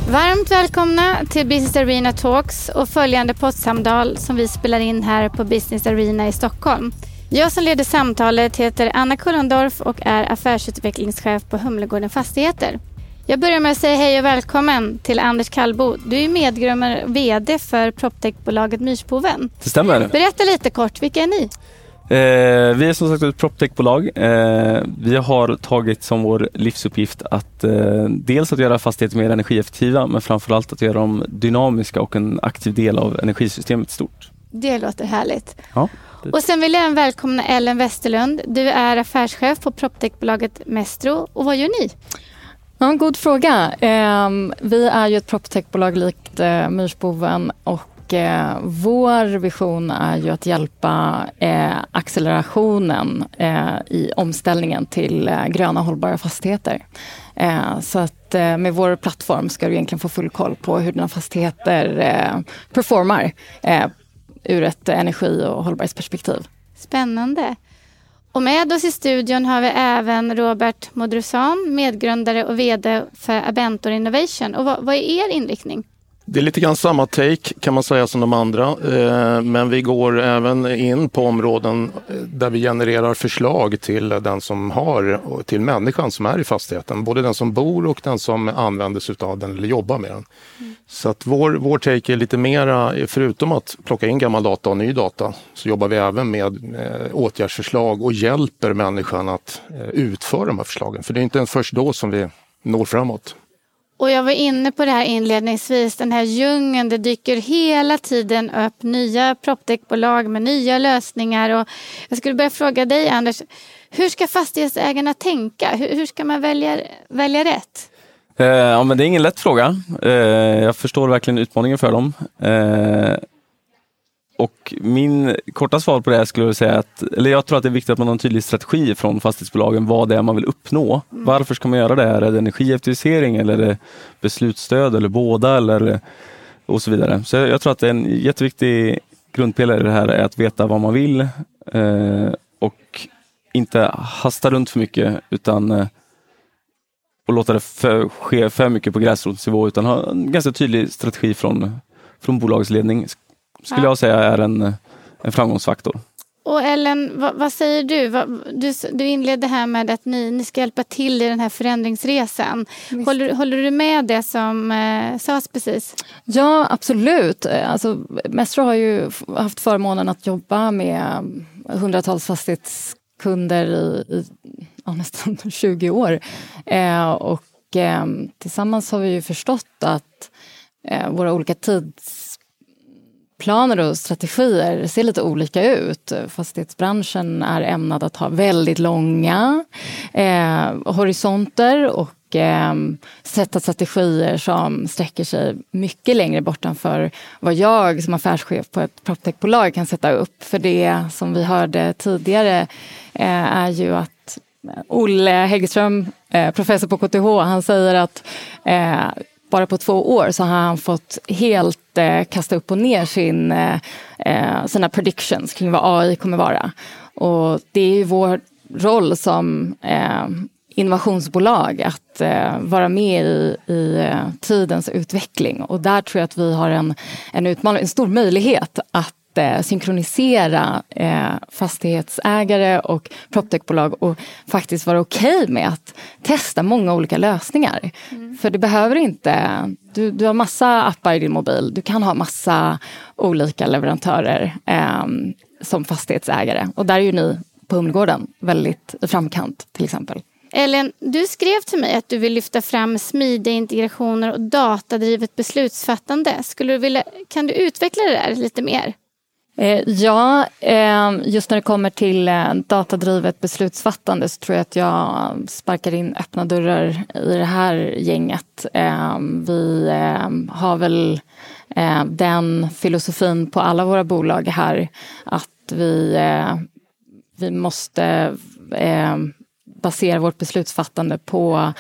Varmt välkomna till Business Arena Talks och följande poddsamtal som vi spelar in här på Business Arena i Stockholm. Jag som leder samtalet heter Anna Kullendorf och är affärsutvecklingschef på Humlegården Fastigheter. Jag börjar med att säga hej och välkommen till Anders Kallbo. Du är medgrundare och vd för proptechbolaget Myrsboven. Det stämmer. Berätta lite kort, vilka är ni? Vi är som sagt ett proptechbolag. Vi har tagit som vår livsuppgift att dels att göra fastigheter mer energieffektiva, men framförallt att göra dem dynamiska och en aktiv del av energisystemet stort. Det låter härligt. Ja, Och sen vill jag även välkomna Ellen Westerlund. Du är affärschef på proptechbolaget Mestro. Och vad gör ni? Ja, en god fråga. Vi är ju ett proptechbolag likt Myrsboven och vår vision är ju att hjälpa accelerationen i omställningen till gröna hållbara fastigheter. Så att med vår plattform ska du egentligen få full koll på hur dina fastigheter performar ur ett energi- och hållbarhetsperspektiv. Spännande. Och med oss i studion har vi även Robert Modrusan, medgrundare och vd för Abentor Innovation. Och vad är er inriktning? Det är lite grann samma take kan man säga som de andra, men vi går även in på områden där vi genererar förslag till den som har, till människan som är i fastigheten. Både den som bor och den som använder sig av den eller jobbar med den. Så att vår take är lite mera, förutom att plocka in gammal data och ny data, så jobbar vi även med åtgärdsförslag och hjälper människan att utföra de här förslagen. För det är inte ens först då som vi når framåt. Och jag var inne på det här inledningsvis, den här djungeln, det dyker hela tiden upp nya proptechbolag med nya lösningar. Och jag skulle börja fråga dig, Anders, hur ska fastighetsägarna tänka? Hur ska man välja rätt? Ja, men det är ingen lätt fråga. Jag förstår verkligen utmaningen för dem. Och min korta svar på det här skulle jag säga jag tror att det är viktigt att man har en tydlig strategi från fastighetsbolagen vad det är man vill uppnå. Varför ska man göra det här? Är det energieffektivisering eller är det beslutsstöd eller båda eller och så vidare. Så jag tror att en jätteviktig grundpelare i det här är att veta vad man vill och inte hasta runt för mycket utan och låta det ske för mycket på gräsrotsnivå utan ha en ganska tydlig strategi från bolagsledning. Skulle jag säga är en framgångsfaktor. Och Ellen, vad säger du? Du inledde här med att ni ska hjälpa till i den här förändringsresan. Håller du med det som sades precis? Ja, absolut. Alltså, Mestro har ju haft förmånen att jobba med hundratals fastighetskunder i nästan 20 år. Och tillsammans har vi ju förstått att våra olika planer och strategier ser lite olika ut. Fastighetsbranschen är ämnad att ha väldigt långa horisonter och sätta strategier som sträcker sig mycket längre bortanför vad jag som affärschef på ett proptechbolag kan sätta upp. För det som vi hörde tidigare är ju att Olle Häggström, professor på KTH, han säger att bara på 2 år så har han fått helt kasta upp och ner sina predictions kring vad AI kommer vara. Och det är ju vår roll som innovationsbolag att vara med i tidens utveckling. Och där tror jag att vi har en utmaning, en stor möjlighet att synkronisera fastighetsägare och proptechbolag och faktiskt vara okej med att testa många olika lösningar. För det behöver inte, du har massa appar i din mobil, du kan ha massa olika leverantörer som fastighetsägare. Och där är ju ni på Humlegården väldigt i framkant till exempel. Ellen, du skrev till mig att du vill lyfta fram smidiga integrationer och datadrivet beslutsfattande. Kan du utveckla det där lite mer? Ja, just när det kommer till datadrivet beslutsfattande så tror jag att jag sparkar in öppna dörrar i det här gänget. Vi har väl den filosofin på alla våra bolag här att vi måste basera vårt beslutsfattande på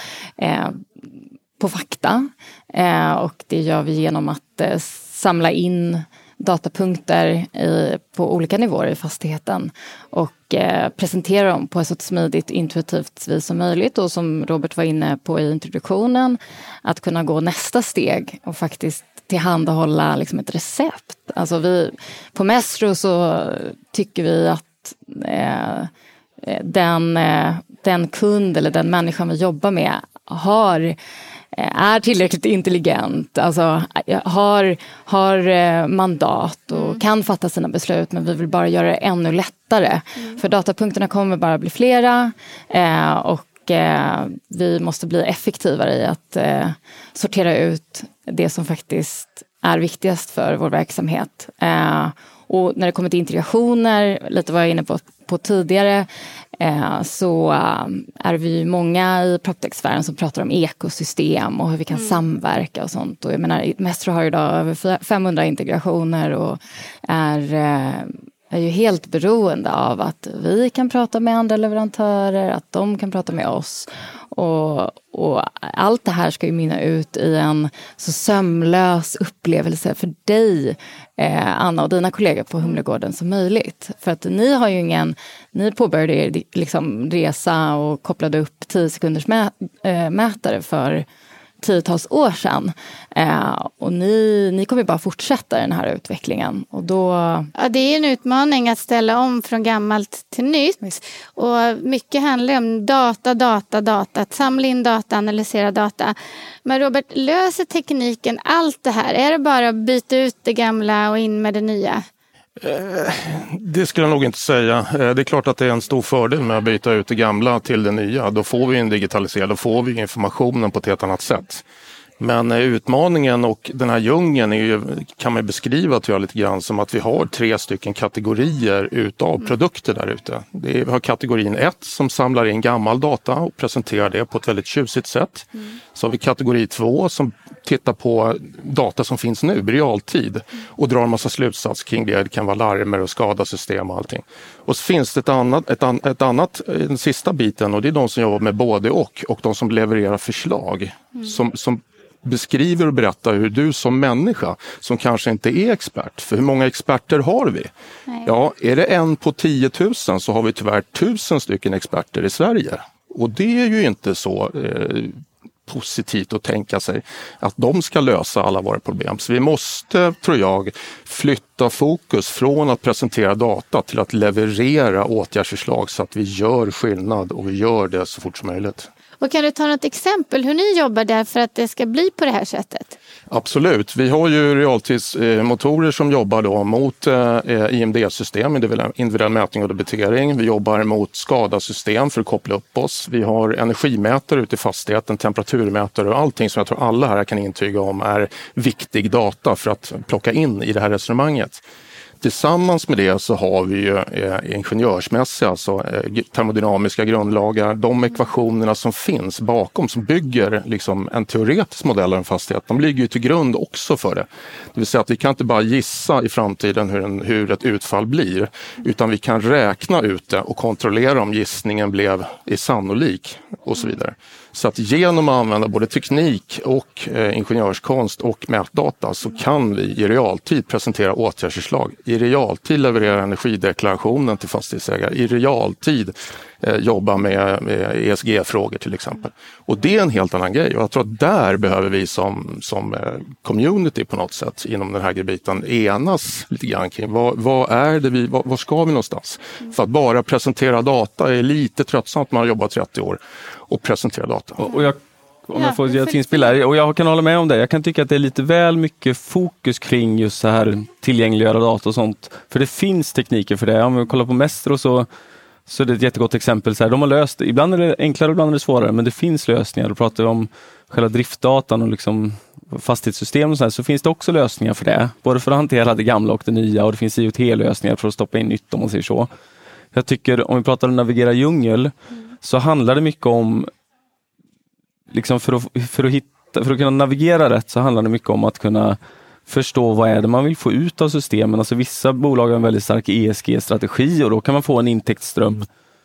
fakta. Och det gör vi genom att samla in datapunkter på olika nivåer i fastigheten och presentera dem på ett så smidigt, intuitivt vis som möjligt. Och som Robert var inne på i introduktionen, att kunna gå nästa steg och faktiskt tillhandahålla liksom ett recept. Alltså på Mestro så tycker vi att den kund eller den människan vi jobbar med är tillräckligt intelligent, alltså har mandat och kan fatta sina beslut, men vi vill bara göra det ännu lättare. För datapunkterna kommer bara bli flera och vi måste bli effektivare i att sortera ut det som faktiskt är viktigast för vår verksamhet. Och när det kommer till integrationer, lite vad jag var inne på tidigare, så är vi många i PropTech-sfären som pratar om ekosystem och hur vi kan samverka och sånt. Och jag menar, Mestro har idag över 500 integrationer och är ju helt beroende av att vi kan prata med andra leverantörer, att de kan prata med oss. Och allt det här ska ju mynna ut i en så sömlös upplevelse för dig, Anna, och dina kollegor på Humlegården som möjligt. För att ni påbörjade er liksom resa och kopplade upp 10 sekunders mätare för 10-tals år sedan. Och ni kommer bara fortsätta den här utvecklingen. Och då... Ja, det är en utmaning att ställa om från gammalt till nytt. Och mycket handlar om data, att samla in data, analysera data. Men Robert, löser tekniken allt det här? Är det bara att byta ut det gamla och in med det nya? Det skulle jag nog inte säga. Det är klart att det är en stor fördel med att byta ut det gamla till det nya. Då får vi en digitalisering, då får vi informationen på ett helt annat sätt. Men utmaningen och den här djungeln kan man beskriva tror jag lite grann som att vi har 3 stycken kategorier utav produkter där ute. Vi har kategorin 1 som samlar in gammal data och presenterar det på ett väldigt tjusigt sätt. Så har vi kategori 2 som tittar på data som finns nu i realtid och drar en massa slutsats kring det. Det kan vara larmer och skadasystem och allting. Och så finns det den sista biten, och det är de som jobbar med både och de som levererar förslag som beskriver och berättar hur du som människa, som kanske inte är expert, för hur många experter har vi? Nej. Ja, är det 1 på 10 000 så har vi tyvärr 1000 stycken experter i Sverige. Och det är ju inte så positivt att tänka sig att de ska lösa alla våra problem. Så vi måste, tror jag, flytta fokus från att presentera data till att leverera åtgärdsförslag så att vi gör skillnad och vi gör det så fort som möjligt. Och kan du ta något exempel hur ni jobbar där för att det ska bli på det här sättet? Absolut. Vi har ju realtidsmotorer som jobbar då mot IMD-system, individuell mätning och debitering. Vi jobbar mot skadasystem för att koppla upp oss. Vi har energimätare ute i fastigheten, temperaturmätare och allting som jag tror alla här kan intyga om är viktig data för att plocka in i det här resonemanget. Tillsammans med det så har vi ju ingenjörsmässiga, alltså termodynamiska grundlagar, de ekvationerna som finns bakom som bygger liksom en teoretisk modell av en fastighet, de ligger ju till grund också för det. Det vill säga att vi kan inte bara gissa i framtiden hur ett utfall blir, utan vi kan räkna ut det och kontrollera om gissningen är sannolik och så vidare. Så att genom att använda både teknik och ingenjörskonst och mätdata så kan vi i realtid presentera åtgärdsförslag. I realtid leverera energideklarationen till fastighetsägare. I realtid jobba med ESG-frågor till exempel. Och det är en helt annan grej. Och jag tror att där behöver vi som community på något sätt inom den här gebiten enas lite grann kring var ska vi någonstans? För att bara presentera data är lite tröttsamt. Man har jobbat 30 år och presentera data. Och om jag får ge ett inspel här, och jag kan hålla med om det. Jag kan tycka att det är lite väl mycket fokus kring just så här tillgängliggöra data och sånt. För det finns tekniker för det. Om vi kollar på Mestro så är det ett jättegott exempel. Så här, de har löst, ibland är det enklare och ibland är det svårare, men det finns lösningar. Då pratar vi om själva driftdatan och liksom fastighetssystem och så finns det också lösningar för det. Både för att hantera det gamla och det nya, och det finns IoT-lösningar för att stoppa in nytt om man säger så. Jag tycker, om vi pratar om navigera djungel, så handlar det mycket om liksom för att kunna navigera rätt, så handlar det mycket om att kunna förstå vad är det man vill få ut av systemen. Alltså vissa bolag har en väldigt stark ESG-strategi och då kan man få en intäktsström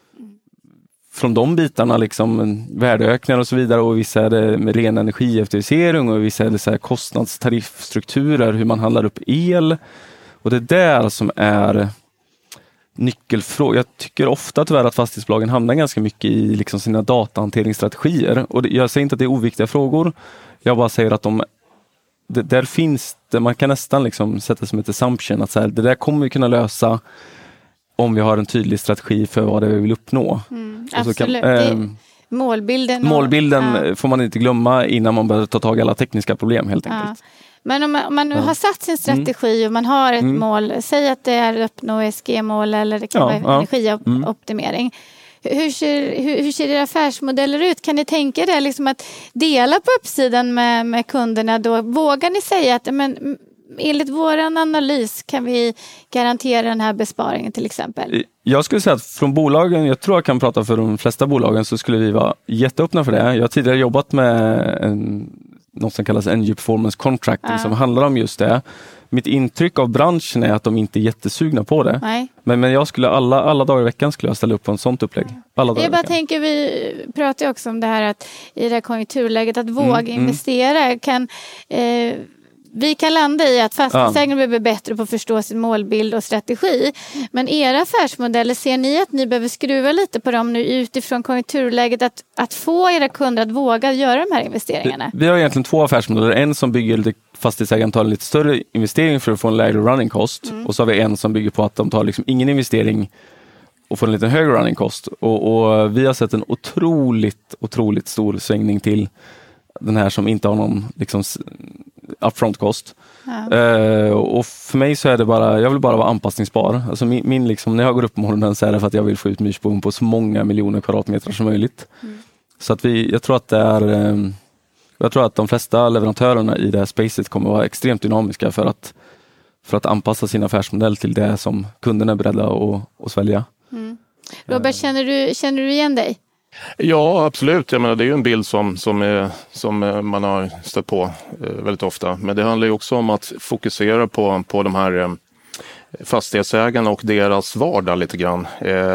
från de bitarna, liksom värdeökningar och så vidare, och vissa är det med ren energieffektivisering och vissa är det så här kostnadstariffstrukturer, hur man handlar upp el, och det där som är nyckelfråga. Jag tycker ofta tyvärr att fastighetsbolagen hamnar ganska mycket i liksom sina datahanteringsstrategier. Och jag säger inte att det är oviktiga frågor. Jag bara säger att där finns det, man kan nästan liksom sätta som ett assumption att så här, det där kommer vi kunna lösa om vi har en tydlig strategi för vad det är vi vill uppnå. Absolut. Målbilden får man inte glömma innan man börjar ta tag i alla tekniska problem helt enkelt. Men om man nu har satt sin strategi och man har ett mål, säg att det är att uppnå ESG-mål eller det kan vara energioptimering. Hur ser era affärsmodeller ut? Kan ni tänka er liksom att dela på uppsidan med kunderna då? Vågar ni säga att enligt vår analys kan vi garantera den här besparingen till exempel? Jag skulle säga att från bolagen, jag tror jag kan prata för de flesta bolagen, så skulle vi vara jätteöppna för det. Jag har tidigare jobbat med något som kallas Energy Performance Contracting som handlar om just det. Mitt intryck av branschen är att de inte är jättesugna på det. Nej. Men jag skulle alla dagar i veckan skulle jag ställa upp på en sånt upplägg. Jag bara tänker, vi pratar ju också om det här att i det här konjunkturläget att våga investera vi kan landa i att fastighetsägarna behöver bättre på att förstå sin målbild och strategi. Men era affärsmodeller, ser ni att ni behöver skruva lite på dem nu utifrån konjunkturläget att få era kunder att våga göra de här investeringarna? Vi har egentligen 2 affärsmodeller. En som bygger fastighetsägaren tar en lite större investering för att få en lägre running cost. Och så har vi en som bygger på att de tar liksom ingen investering och får en lite högre running cost. Och vi har sett en otroligt stor svängning till den här som inte har någon liksom upfront cost. Och för mig så är det bara, jag vill bara vara anpassningsbar. Alltså min liksom, när jag går upp på morgonen så är det för att jag vill få ut Myrsboven på så många miljoner kvadratmeter som möjligt. Så att jag tror att det är jag tror att de flesta leverantörerna i det här spacet kommer att vara extremt dynamiska för att anpassa sin affärsmodell till det som kunderna är beredda att svälja. Robert, känner du igen dig? Ja, absolut. Jag menar, det är ju en bild som man har stött på väldigt ofta. Men det handlar ju också om att fokusera på de här fastighetsägarna och deras vardag lite grann.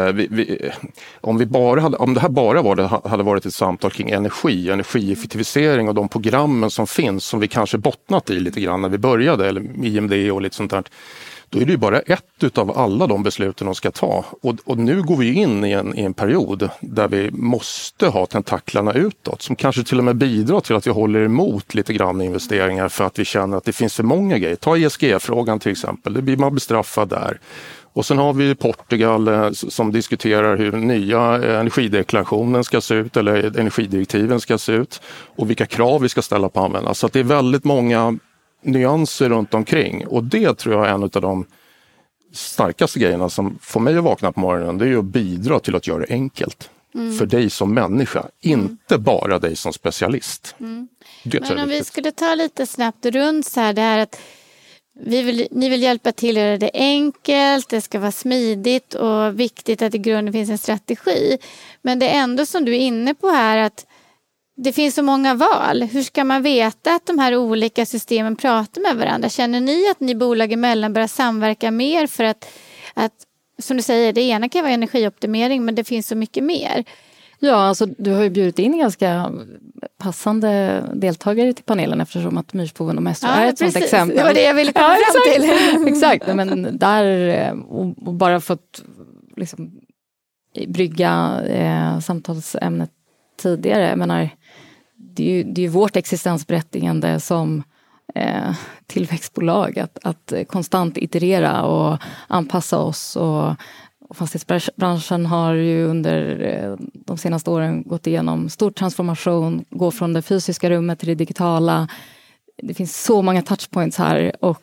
Om det här bara hade varit ett samtal kring energieffektivisering och de programmen som finns som vi kanske bottnat i lite grann när vi började, eller IMD och lite sånt där. Då är det ju bara ett utav alla de besluten de ska ta. Och nu går vi in i en period där vi måste ha tentaklarna utåt. Som kanske till och med bidrar till att vi håller emot lite grann investeringar för att vi känner att det finns för många grejer. Ta ESG-frågan till exempel, det blir man bestraffad där. Och sen har vi Portugal som diskuterar hur nya energideklarationen ska se ut eller energidirektiven ska se ut. Och vilka krav vi ska ställa på användarna. Så att det är väldigt många nyanser runt omkring, och det tror jag är en av de starkaste grejerna som får mig att vakna på morgonen. Det är ju att bidra till att göra det enkelt för dig som människa, inte bara dig som specialist. Men om vi skulle ta lite snabbt runt så här, det här att ni vill hjälpa till att göra det enkelt, det ska vara smidigt och viktigt att i grunden finns en strategi. Men det är ändå som du är inne på här att det finns så många val. Hur ska man veta att de här olika systemen pratar med varandra? Känner ni att ni bolag emellan börjar samverka mer för att som du säger, det ena kan vara energioptimering men det finns så mycket mer? Ja, alltså du har ju bjudit in ganska passande deltagare till panelen eftersom att Myrsboven och Mestro är ett sånt exempel. Det var det jag ville komma fram till. Exakt, men där och bara fått liksom brygga samtalsämnet tidigare. Jag menar, det är ju vårt existensberättigande som tillväxtbolag att konstant iterera och anpassa oss, och fastighetsbranschen har ju under de senaste åren gått igenom stor transformation, gå från det fysiska rummet till det digitala. Det finns så många touchpoints här, och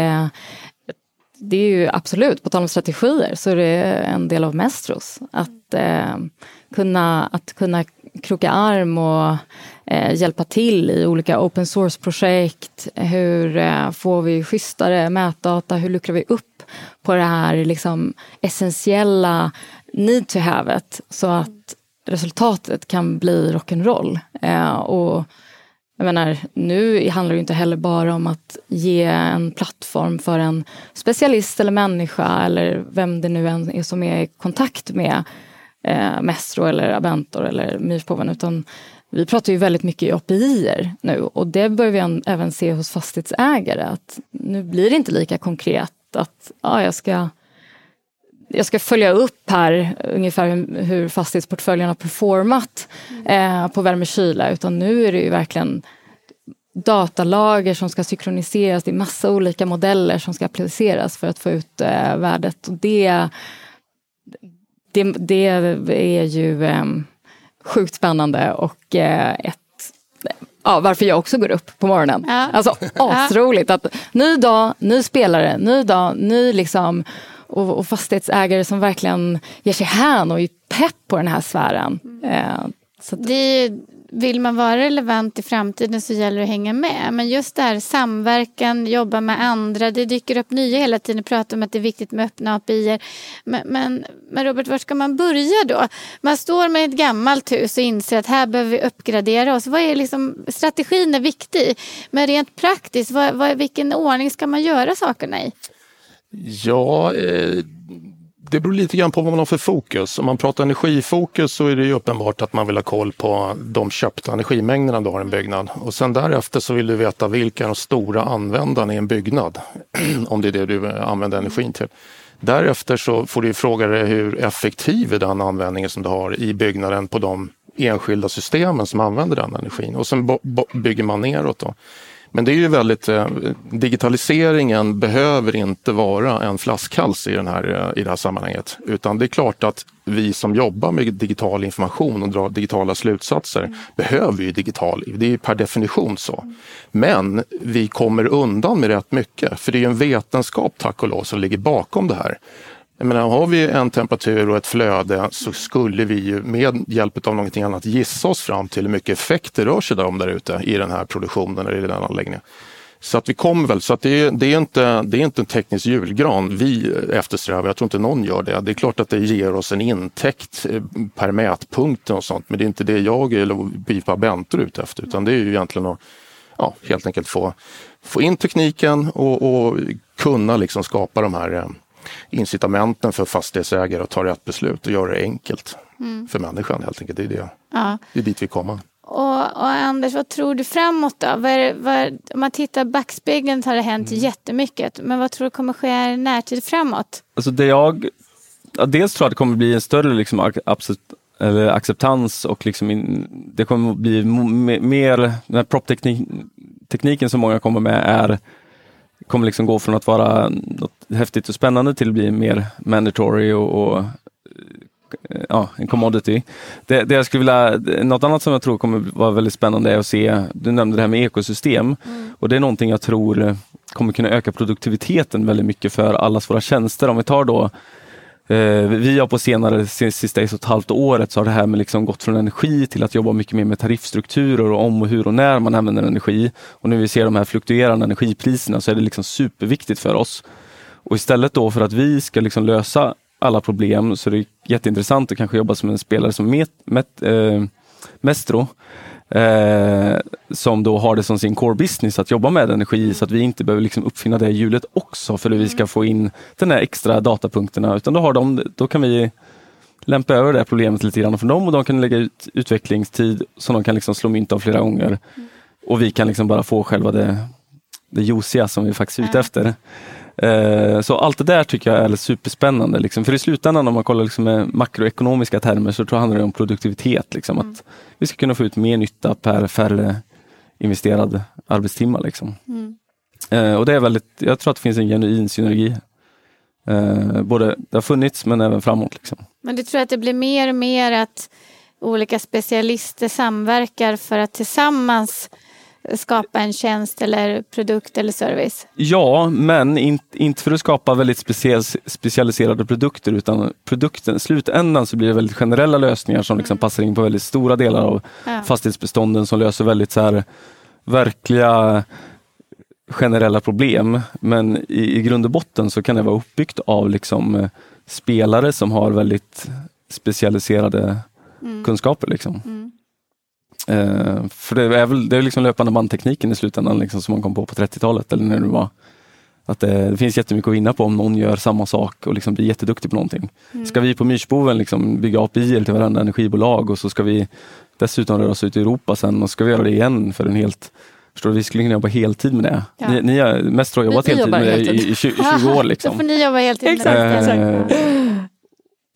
det är ju absolut, på tal om strategier, så är det en del av Mestros att kunna kroka arm och hjälpa till i olika open source-projekt. Hur får vi schysstare mätdata? Hur luckrar vi upp på det här liksom essentiella need to have-et så att resultatet kan bli rock'n'roll? Och jag menar, nu handlar det inte heller bara om att ge en plattform för en specialist eller människa eller vem det nu än är som är i kontakt med Mestro eller Aventor eller Myrsboven, utan vi pratar ju väldigt mycket i API-er nu, och det bör vi även se hos fastighetsägare, att nu blir det inte lika konkret att jag jag ska följa upp här ungefär hur fastighetsportföljen har performat på värme-kyla, utan nu är det ju verkligen datalager som ska synkroniseras. Det är massa olika modeller som ska appliceras för att få ut värdet. Och det är ju sjukt spännande och varför jag också går upp på morgonen. Ja. Alltså asroligt att ny dag, ny spelare, ny dag, ny liksom och fastighetsägare som verkligen ger sig hän och är pepp på den här sfären. Så vill man vara relevant i framtiden så gäller det att hänga med. Men just det här samverkan, jobba med andra, det dyker upp nya hela tiden. Pratar om att det är viktigt med öppna API. Men Robert, var ska man börja då? Man står med ett gammalt hus och inser att här behöver vi uppgradera oss. Vad är liksom, strategin är viktig. Men rent praktiskt, vilken ordning ska man göra sakerna i? Ja, det beror lite grann på vad man har för fokus. Om man pratar energifokus så är det ju uppenbart att man vill ha koll på de köpta energimängderna du har i en byggnad. Och sen därefter så vill du veta vilka är de stora användarna i en byggnad. Om det är det du använder energin till. Därefter så får du fråga dig hur effektiv är den användningen som du har i byggnaden på de enskilda systemen som använder den energin. Och sen bygger man neråt då. Men det är ju väldigt, digitaliseringen behöver inte vara en flaskhals i det här sammanhanget. Utan det är klart att vi som jobbar med digital information och drar digitala slutsatser behöver ju det är ju per definition så. Men vi kommer undan med rätt mycket, för det är ju en vetenskap, tack och lov, som ligger bakom det här. Jag menar, har vi en temperatur och ett flöde så skulle vi ju med hjälp av någonting annat gissa oss fram till hur mycket effekt det rör sig där ute i den här produktionen eller i den anläggningen. Så att vi kommer väl, så att det är inte en teknisk julgran vi eftersträvar, jag tror inte någon gör det. Det är klart att det ger oss en intäkt per mätpunkt och sånt, men det är inte det jag eller Bipa Bentor ute efter, utan det är ju egentligen att helt enkelt få in tekniken och kunna liksom skapa de här incitamenten för fastighetsägare att ta rätt beslut och göra det enkelt för människan helt enkelt. Det är dit vi kommer. Och Anders, vad tror du framåt då? Om man tittar backspegeln så har det hänt jättemycket. Men vad tror du kommer ske i närtid framåt? Alltså dels tror jag att det kommer bli en större liksom, acceptans och liksom det kommer bli mer den här proptekniken som många kommer med kommer liksom gå från att vara något häftigt och spännande till att bli mer mandatory och en commodity. Det jag skulle vilja, något annat som jag tror kommer vara väldigt spännande är att se, du nämnde det här med ekosystem och det är någonting jag tror kommer kunna öka produktiviteten väldigt mycket för allas våra tjänster. Om vi tar då vi har på sista 1,5 året så har det här med liksom gått från energi till att jobba mycket mer med tariffstrukturer och om och hur och när man använder energi. Och när vi ser de här fluktuerande energipriserna så är det liksom superviktigt för oss. Och istället då för att vi ska liksom lösa alla problem så är det jätteintressant att kanske jobba som en spelare som Mestro som då har det som sin core business att jobba med energi så att vi inte behöver liksom uppfinna det hjulet också för att vi ska få in den här extra datapunkterna, utan då kan vi lämpa över det här problemet lite grann för dem och de kan lägga ut utvecklingstid som de kan liksom slå mynt av flera gånger och vi kan liksom bara få själva det juiciga som vi faktiskt är ute efter. Så allt det där tycker jag är superspännande liksom. För i slutändan om man kollar liksom med makroekonomiska termer så tror jag handlar det om produktivitet liksom. Att vi ska kunna få ut mer nytta per färre investerad arbetstimmar liksom. Och det är väldigt, jag tror att det finns en genuin synergi både det har funnits men även framåt liksom. Men du tror att det blir mer och mer att olika specialister samverkar för att tillsammans skapa en tjänst eller produkt eller service? Ja, men inte för att skapa väldigt specialiserade produkter utan slutändan så blir det väldigt generella lösningar som liksom passar in på väldigt stora delar av fastighetsbestånden som löser väldigt så här verkliga generella problem. Men i grund och botten så kan det vara uppbyggt av liksom spelare som har väldigt specialiserade kunskaper liksom. För det är liksom löpande bandtekniken i slutändan liksom, som man kom på 30-talet eller när det var att det finns jättemycket att vinna på om någon gör samma sak och liksom blir jätteduktig på någonting. Ska vi på Myrsboven liksom bygga API till varandra energibolag och så ska vi dessutom röra oss ut i Europa sen och ska vi göra det igen för en helt, förstår du, vi skulle kunna jobba heltid med det. Ja. Ni har mest jobbat heltid med det i 20 år liksom. Då får ni jobba heltid med det.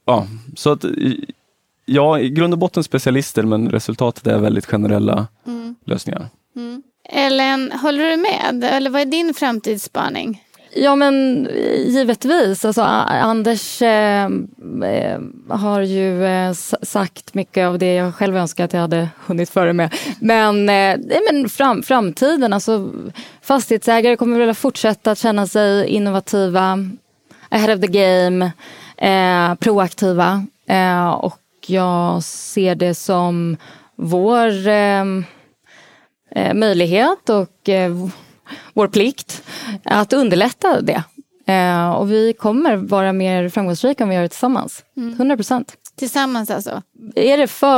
Ja, så att i grund och botten specialister, men resultatet är väldigt generella lösningar. Ellen, håller du med? Eller vad är din framtidsspaning? Ja, men givetvis. Alltså, Anders har ju sagt mycket av det jag själv önskar att jag hade hunnit före med. Men framtiden, alltså fastighetsägare kommer väl att fortsätta att känna sig innovativa, ahead of the game, proaktiva. Och jag ser det som vår möjlighet och vår plikt att underlätta det. Och vi kommer vara mer framgångsrika om vi gör det tillsammans. 100%. Tillsammans alltså? Är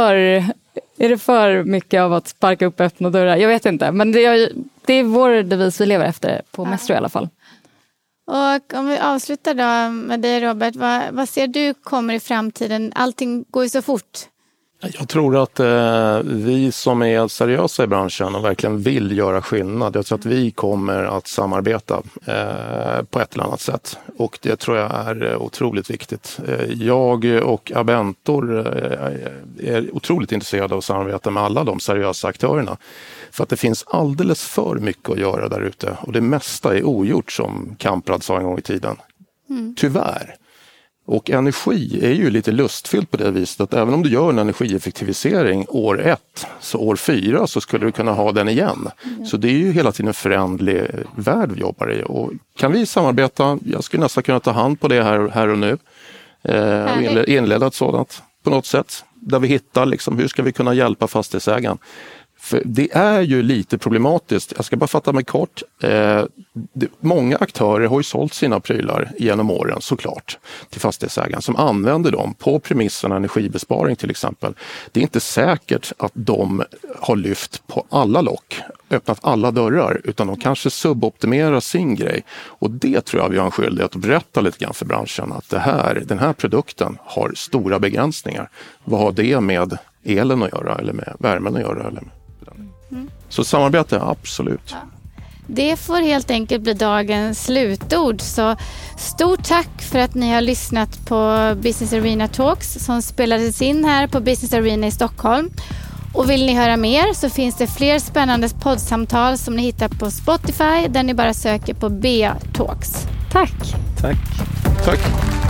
det för mycket av att sparka upp öppna dörrar? Jag vet inte. Men det är vår devis vi lever efter på Mestro i alla fall. Och om vi avslutar då med dig, Robert. Vad ser du kommer i framtiden? Allting går ju så fort. Jag tror att vi som är seriösa i branschen och verkligen vill göra skillnad, jag tror att vi kommer att samarbeta på ett eller annat sätt. Och det tror jag är otroligt viktigt. Jag och Abentor är otroligt intresserade av att samarbeta med alla de seriösa aktörerna. För att det finns alldeles för mycket att göra där ute. Och det mesta är ogjort, som Kamprad sa en gång i tiden. Tyvärr. Och energi är ju lite lustfyllt på det viset att även om du gör en energieffektivisering år 1, så år 4 så skulle du kunna ha den igen. Så det är ju hela tiden en förändlig värld vi jobbar i. Och kan vi samarbeta, jag skulle nästan kunna ta hand på det här och nu. Och inleda ett sådant på något sätt. Där vi hittar liksom, hur ska vi kunna hjälpa fastighetsägaren. För det är ju lite problematiskt. Jag ska bara fatta mig kort. Många aktörer har ju sålt sina prylar genom åren, såklart, till fastighetsägaren som använder dem på premissen energibesparing till exempel. Det är inte säkert att de har lyft på alla lock, öppnat alla dörrar, utan de kanske suboptimerar sin grej. Och det tror jag vi har en skyldighet att berätta lite grann för branschen, att den här produkten har stora begränsningar. Vad har det med elen att göra eller med värmen att göra? Eller med Så samarbete, absolut. Ja. Det får helt enkelt bli dagens slutord. Så stort tack för att ni har lyssnat på Business Arena Talks som spelades in här på Business Arena i Stockholm. Och vill ni höra mer så finns det fler spännande poddsamtal som ni hittar på Spotify där ni bara söker på BA Talks. Tack! Tack! Tack!